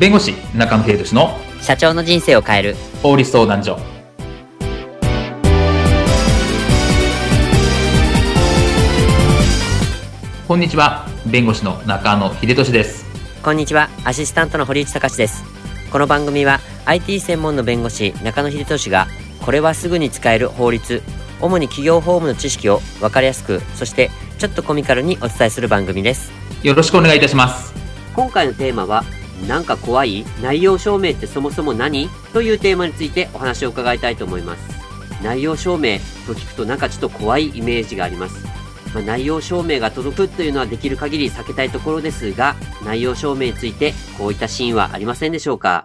弁護士中野秀俊の社長の人生を変える法律相談所。こんにちは、弁護士の中野秀俊です。 こんにちは、アシスタントの堀内隆です。この番組は IT 専門の弁護士中野秀俊がこれはすぐに使える法律、主に企業法務の知識を分かりやすく、そしてちょっとコミカルにお伝えする番組です。 よろしくお願いいたします。 今回のテーマは、なんか怖い？内容証明ってそもそも何？というテーマについてお話を伺いたいと思います。内容証明と聞くとなんかちょっと怖いイメージがあります。内容証明が届くというのはできる限り避けたいところですが、内容証明についてこういったシーンはありませんでしょうか？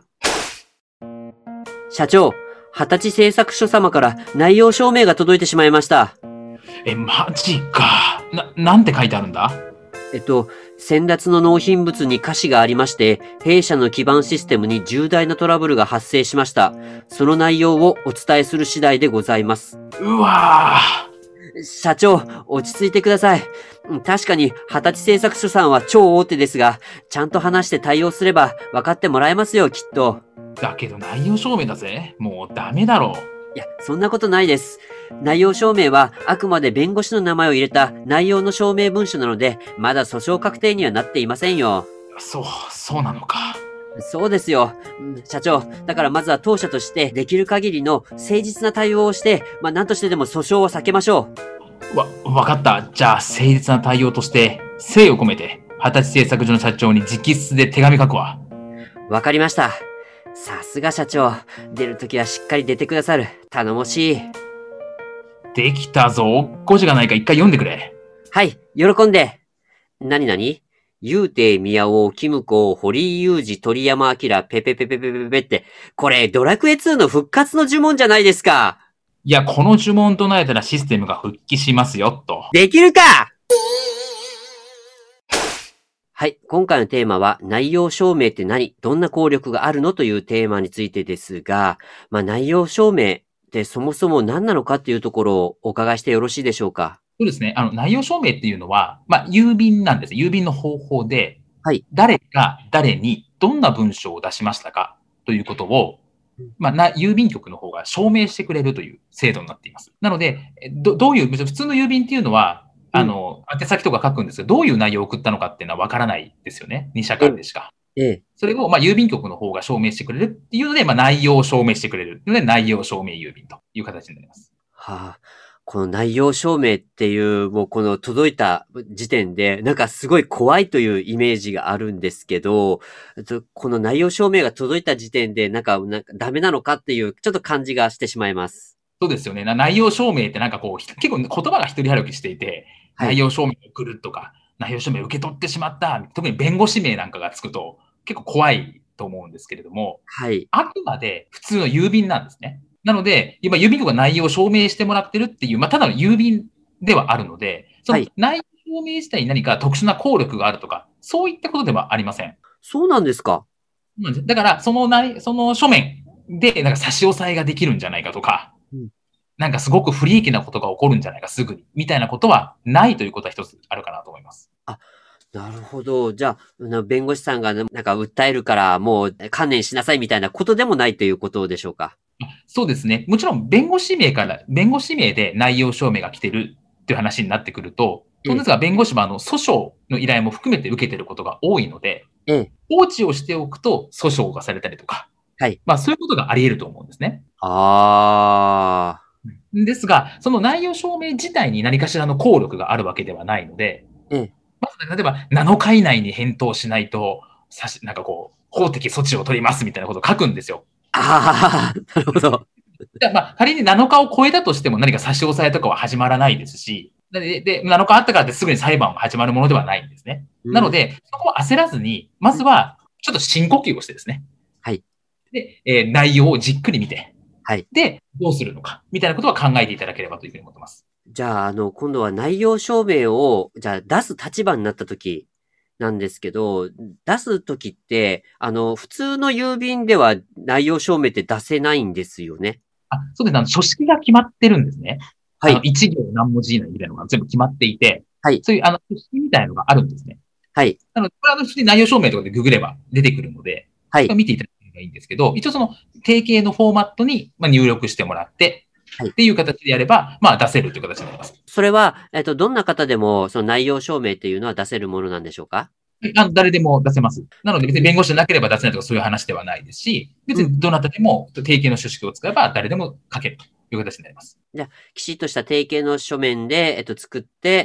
社長、20歳製作所様から内容証明が届いてしまいました。 マジか。なんて書いてあるんだ？ 先達の納品物に瑕疵がありまして、弊社の基盤システムに重大なトラブルが発生しました。その内容をお伝えする次第でございます。 うわぁ。社長、落ち着いてください。確かに、20歳製作所さんは超大手ですが、ちゃんと話して対応すれば分かってもらえますよ、きっと。 だけど内容証明だぜ。もうダメだろう。 いや、そんなことないです。内容証明はあくまで弁護士の名前を入れた内容の証明文書なので、まだ訴訟確定にはなっていませんよ。 そうなのか。 そうですよ。社長、だからまずは当社としてできる限りの誠実な対応をして、何としてでも訴訟を避けましょう。わかった。じゃあ誠実な対応として、誠意を込めて、20歳製作所の社長に直筆で手紙書くわ。 わかりました。さすが社長。出るときはしっかり出てくださる。頼もしい。 できたぞ。誤字がないか一回読んでくれ。 はい、喜んで。ゆうていみやお、きむこ、堀井雄二、鳥山明、ペペペペペペペって、これドラクエ2の復活の呪文じゃないですか。 いや、この呪文唱えたらシステムが復帰しますよ、と。 できるか！はい。今回のテーマは、内容証明って何？どんな効力があるの？というテーマについてですが、内容証明ってそもそも何なのかっていうところをお伺いしてよろしいでしょうか？ そうですね。内容証明っていうのは、郵便なんです。郵便の方法で、 はい。 誰が誰にどんな文章を出しましたかということを、郵便局の方が証明してくれるという制度になっています。なので、どういう、普通の郵便っていうのは、宛先とか書くんですけど、どういう内容を送ったのかっていうのはわからないですよね。二者間でしか。それを、郵便局の方が証明してくれるっていうので、内容を証明してくれるので、内容証明郵便という形になります。 はあ、この内容証明っていう、もうこの届いた時点で、なんかすごい怖いというイメージがあるんですけど、この内容証明が届いた時点で、なんかダメなのかっていう、ちょっと感じがしてしまいます。 そうですよね。内容証明って結構言葉が一人歩きしていて、はい、内容証明を送るとか、内容証明を受け取ってしまった、特に弁護士名なんかがつくと結構怖いと思うんですけれども、 はい。 あくまで普通の郵便なんですね。なので、今郵便局が内容を証明してもらってるっていう、ただの郵便ではあるので、その内容証明自体に何か特殊な効力があるとか、そういったことではありません。 そうなんですか。 だから、その書面で差し押さえができるんじゃないかとか、すごく不利益なことが起こるんじゃないか、すぐに。みたいなことはないということは一つあるかなと思います。 なるほど。じゃあ、弁護士さんが訴えるからもう観念しなさいみたいなことでもないということでしょうか？ そうですね。もちろん弁護士名で内容証明が来てるっていう話になってくると、当然ですが弁護士は訴訟の依頼も含めて受けてることが多いので、放置をしておくと訴訟がされたりとか、そういうことがあり得ると思うんですね。ですが、その内容証明自体に何かしらの効力があるわけではないので、まず例えば7日以内に返答しないと、法的措置を取りますみたいなことを書くんですよ。 なるほど。 仮に7日を超えたとしても何か差し押さえとかは始まらないですし、で、7日あったからってすぐに裁判が始まるものではないんですね。なので、そこを焦らずに、まずはちょっと深呼吸をしてですね。で、内容をじっくり見て、で、どうするのか、みたいなことは考えていただければというふうに思ってます。 じゃあ、今度は内容証明を、出す立場になったときなんですけど、出すときって、普通の郵便では内容証明って出せないんですよね。 そうです。書式が決まってるんですね。1行何文字以内みたいなのが全部決まっていて、そういう書式みたいなのがあるんですね。なので、これは普通に内容証明とかでググれば出てくるので、 はい。 見ていただければいいんですけど、一応その定型のフォーマットに入力してもらって、っていう形でやれば、出せるという形になります。 それは、どんな方でも、その内容証明っていうのは出せるものなんでしょうか？ 誰でも出せます。なので別に弁護士じゃなければ出せないとかそういう話ではないですし、別にどなたでも定型の書式を使えば誰でも書けるという形になります。 じゃあ、きちっとした定型の書面で、作って、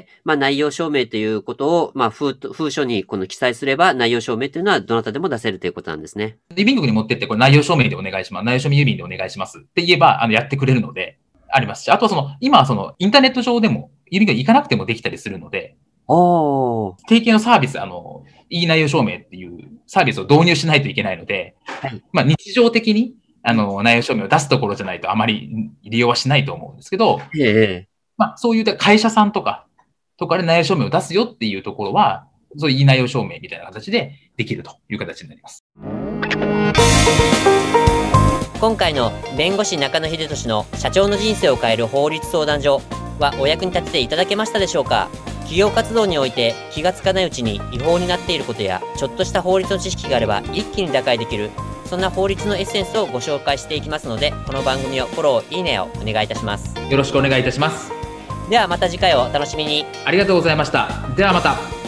内容証明ということを、封書に記載すれば、内容証明というのはどなたでも出せるということなんですね。 郵便局に持ってって、これ内容証明でお願いします。内容証明郵便でお願いしますって言えば、やってくれるので、ありますし、あとは今はインターネット上でも、郵便局に行かなくてもできたりするので、定型のサービス、いい内容証明っていうサービスを導入しないといけないので、日常的に、内容証明を出すところじゃないとあまり利用はしないと思うんですけど、そういう会社さんとかで内容証明を出すよっていうところは、そういういい内容証明みたいな形でできるという形になります。 今回の弁護士中野秀俊の社長の人生を変える法律相談所はお役に立てていただけましたでしょうか？企業活動において気がつかないうちに違法になっていることや、ちょっとした法律の知識があれば一気に打開できる、そんな法律のエッセンスをご紹介していきますので、この番組をフォロー、いいねをお願いいたします。 よろしくお願いいたします。 ではまた次回をお楽しみに。 ありがとうございました。ではまた。